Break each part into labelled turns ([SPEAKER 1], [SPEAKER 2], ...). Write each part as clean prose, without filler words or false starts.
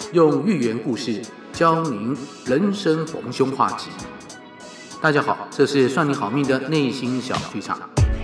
[SPEAKER 1] 用寓言故事教您人生逢凶化吉。大家好，这是算你好命的内心小剧场。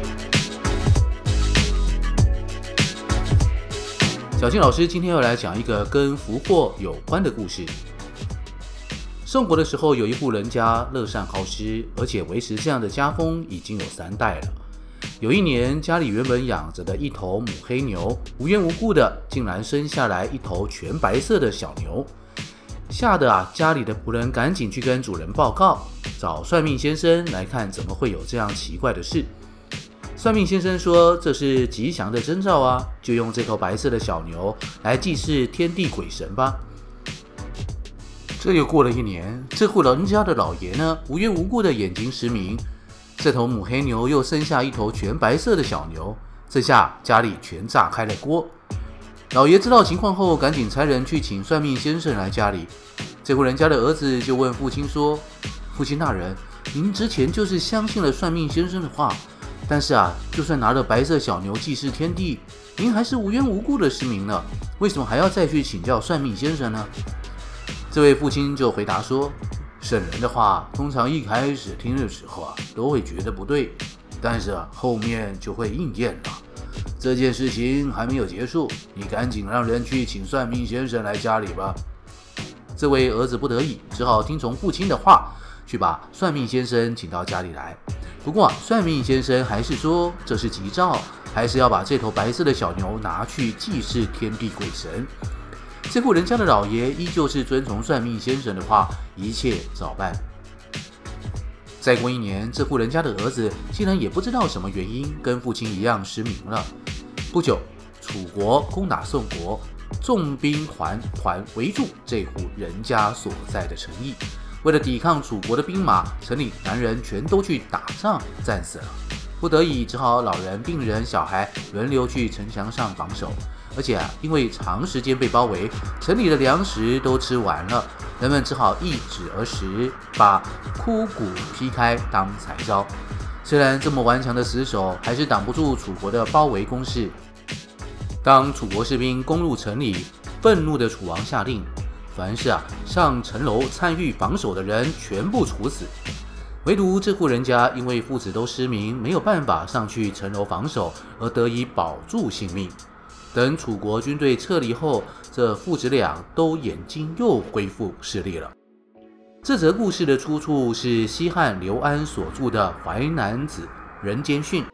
[SPEAKER 1] 小金老师今天要来讲一个跟福祸有关的故事。宋国的时候，有一户人家乐善好施，而且维持这样的家风已经有3代了。有一年，家里原本养着的一头母黑牛，无缘无故的竟然生下来一头全白色的小牛，吓得家里的仆人赶紧去跟主人报告，找算命先生来看怎么会有这样奇怪的事。算命先生说这是吉祥的征兆啊，就用这头白色的小牛来祭祀天地鬼神吧。这又过了1年，这户人家的老爷呢，无缘无故的眼睛失明，这头母黑牛又生下一头全白色的小牛，这下家里全炸开了锅。老爷知道情况后，赶紧差人去请算命先生来家里。这户人家的儿子就问父亲说：父亲大人，您之前就是相信了算命先生的话，但是就算拿了白色小牛祭祀天地，您还是无缘无故的失明了，为什么还要再去请教算命先生呢？这位父亲就回答说：圣人的话，通常一开始听的时候都会觉得不对，但是后面就会应验了。这件事情还没有结束，你赶紧让人去请算命先生来家里吧。这位儿子不得已，只好听从父亲的话，去把算命先生请到家里来。不过算命先生还是说这是吉兆，还是要把这头白色的小牛拿去祭祀天地鬼神。这户人家的老爷依旧是遵从算命先生的话，一切照办。再过1年，这户人家的儿子竟然也不知道什么原因，跟父亲一样失明了。不久，楚国攻打宋国，重兵团围住这户人家所在的城邑。为了抵抗楚国的兵马，城里男人全都去打仗，战死了。不得已，只好老人、病人、小孩轮流去城墙上防守。而且因为长时间被包围，城里的粮食都吃完了，人们只好一指而食，把枯骨劈开当柴烧。虽然这么顽强的死守，还是挡不住楚国的包围攻势。当楚国士兵攻入城里，愤怒的楚王下令，凡是上城楼参与防守的人全部处死。唯独这户人家因为父子都失明，没有办法上去城楼防守，而得以保住性命。等楚国军队撤离后，这父子俩都眼睛又恢复视力了。这则故事的出处是西汉刘安所著的《淮南子·人间训》。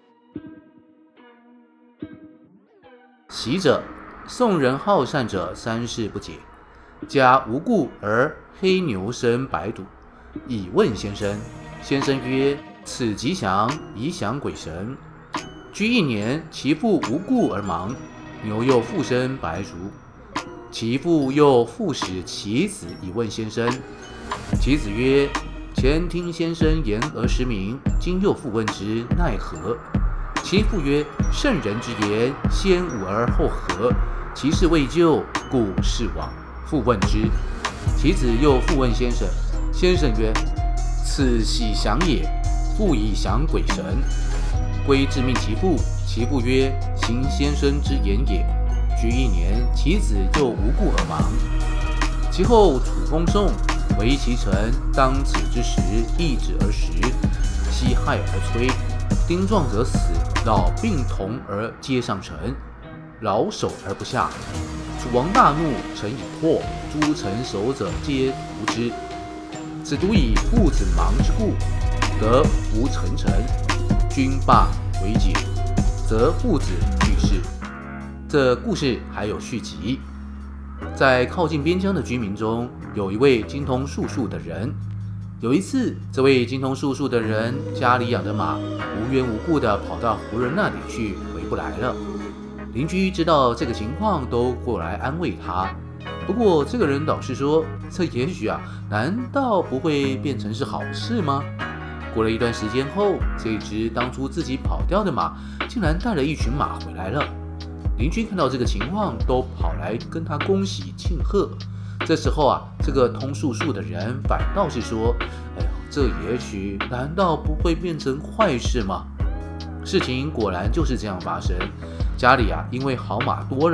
[SPEAKER 1] 习者，宋人好善者3事不解，家无故而黑牛生白犊，以问先生。先生曰：此吉祥，宜降鬼神。居1年，其父无故而亡，牛又复生白犊，其父又复使其子以问先生。其子曰：前听先生言而失明，今又复问之，奈何？其父曰：圣人之言，先武而后和，其事未就，故事亡。复问之。其子又复问先生，先生曰：此喜祥也，复以降鬼神。归致命其父，其父曰：行先生之言也。居1年，其子又无故而亡。其后楚攻宋，围其城，当此之时，一指而食，西害而摧，丁壮者死，老病童而皆上城，老守而不下。楚王大怒，城以破，诸城守者皆屠之。此独以父子亡之故，得无成城，君罢为解，则父子去世。这故事还有续集。在靠近边疆的居民中，有一位精通术数的人。有一次，这位精通术数的人家里养的马无缘无故地跑到胡人那里去，回不来了。邻居知道这个情况，都过来安慰他。不过这个人倒是说，这也许难道不会变成是好事吗？过了一段时间后，这只当初自己跑掉的马竟然带了一群马回来了。邻居看到这个情况，都跑来跟他恭喜庆贺。这时候这个通术数的人反倒是说：这也许难道不会变成坏事吗？事情果然就是这样发生。家里因为好马多了，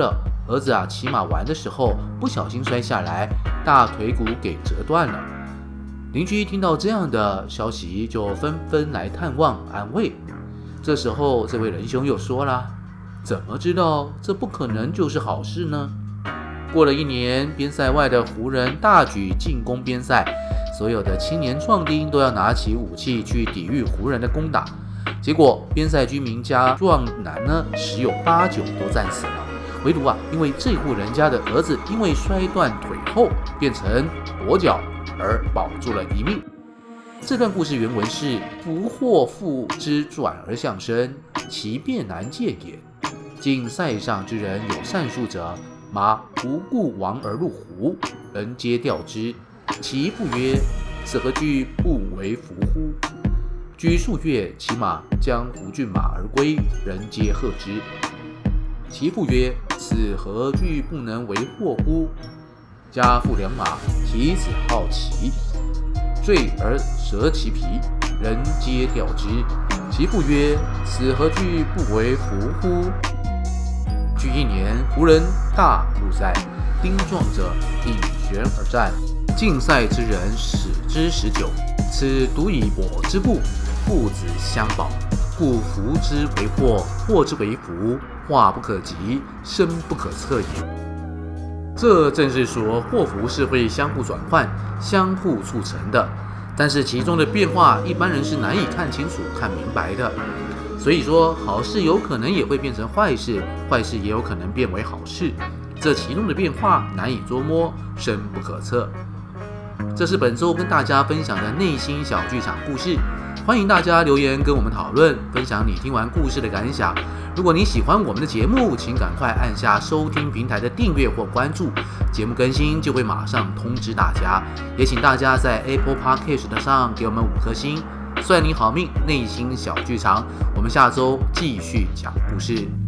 [SPEAKER 1] 儿子骑马玩的时候不小心摔下来，大腿骨给折断了。邻居听到这样的消息，就纷纷来探望安慰。这时候，这位仁兄又说了：“怎么知道这不可能就是好事呢？”过了1年，边塞外的胡人大举进攻边塞，所有的青年壮丁都要拿起武器去抵御胡人的攻打。结果，边塞居民家壮男呢，10有8、9都战死了。唯独因为这户人家的儿子因为摔断腿后变成跛脚而保住了一命。这段故事原文是：福祸复之转而相生，其变难见也。今塞上之人有善术者，马无故亡而入胡，人皆吊之。其父曰：此何惧不为福乎？居数月，其马将胡骏马而归，人皆贺之。其父曰：此何惧不能为祸乎？家父良马，其子好骑，坠而折其皮，人皆吊之。其父曰：此何惧不为福乎？居1年，胡人大入塞，丁壮者引悬而战，晋塞之人使之19，此独以我之故，父子相保，故福之为祸，祸之为福，化不可及，深不可测也。这正是说祸福是会相互转换、相互促成的，但是其中的变化一般人是难以看清楚、看明白的。所以说，好事有可能也会变成坏事，坏事也有可能变为好事，这其中的变化难以捉摸，深不可测。这是本周跟大家分享的内心小剧场故事，欢迎大家留言跟我们讨论，分享你听完故事的感想。如果你喜欢我们的节目，请赶快按下收听平台的订阅或关注，节目更新就会马上通知大家。也请大家在 Apple Podcast 上给我们5颗星。算你好命，内心小剧场，我们下周继续讲故事。